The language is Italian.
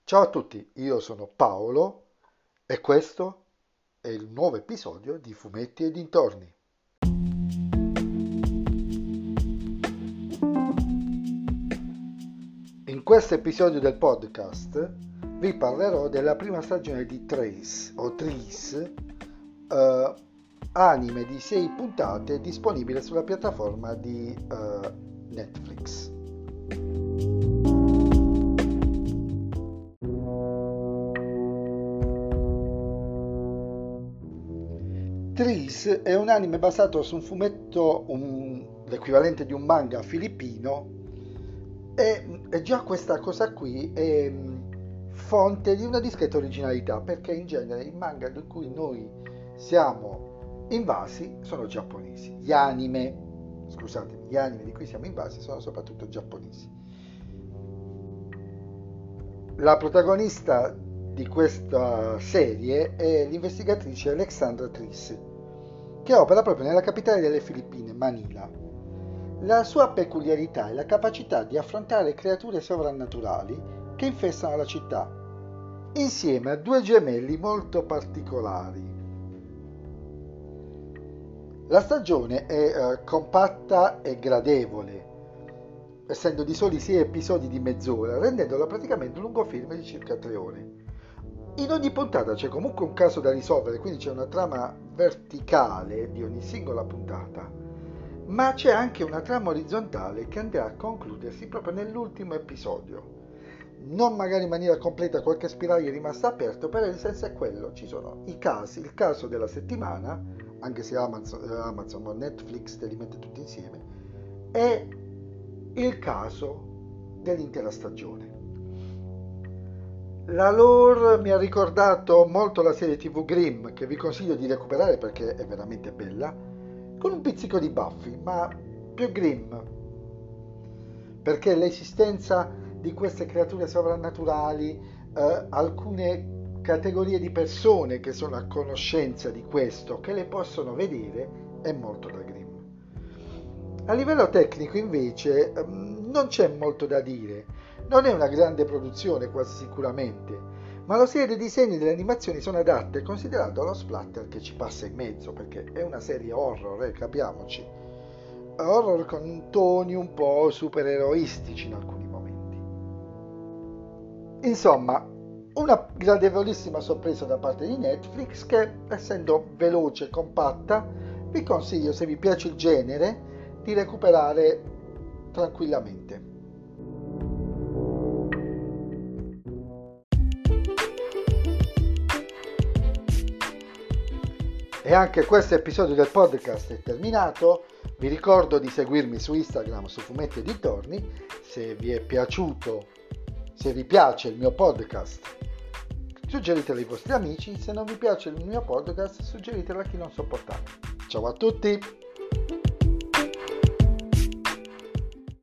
Ciao a tutti, io sono Paolo e questo è il nuovo episodio di Fumetti e dintorni. In questo episodio del podcast vi parlerò della prima stagione di Trace o Trees, anime di 6 puntate disponibile sulla piattaforma di Netflix. Trees è un anime basato su un fumetto, l'equivalente di un manga filippino, e già questa cosa qui è fonte di una discreta originalità, perché in genere i manga di cui noi siamo invasi sono giapponesi. Gli anime di cui siamo invasi sono soprattutto giapponesi. La protagonista di questa serie è l'investigatrice Alexandra Triss, che opera proprio nella capitale delle Filippine, Manila. La sua peculiarità è la capacità di affrontare creature sovrannaturali che infestano la città, insieme a due gemelli molto particolari. La stagione è compatta e gradevole, essendo di soli 6 episodi di mezz'ora, rendendola praticamente un lungo film di circa 3 ore. In ogni puntata c'è comunque un caso da risolvere, quindi c'è una trama verticale di ogni singola puntata, ma c'è anche una trama orizzontale che andrà a concludersi proprio nell'ultimo episodio. Non magari in maniera completa, qualche spiraglio è rimasto aperto, però il senso è quello: ci sono i casi, il caso della settimana, anche se Amazon o Netflix te li mette tutti insieme, e il caso dell'intera stagione. La lore mi ha ricordato molto la serie TV Grimm, che vi consiglio di recuperare perché è veramente bella, con un pizzico di Buffy, ma più Grimm, perché l'esistenza di queste creature sovrannaturali, alcune categorie di persone che sono a conoscenza di questo, che le possono vedere, è molto da Grimm. A livello tecnico invece non c'è molto da dire, non è una grande produzione quasi sicuramente, ma lo stile dei disegni e delle animazioni sono adatte, considerato lo splatter che ci passa in mezzo, perché è una serie horror, capiamoci. Horror con toni un po' supereroistici in alcuni momenti. Insomma, una gradevolissima sorpresa da parte di Netflix che, essendo veloce e compatta, vi consiglio, se vi piace il genere, di recuperare tranquillamente. E anche questo episodio del podcast è terminato. Vi ricordo di seguirmi su Instagram, su Fumetti e dintorni. Se vi è piaciuto, se vi piace il mio podcast, suggeritelo ai vostri amici. Se non vi piace il mio podcast, suggeritelo a chi non sopportate. Ciao a tutti!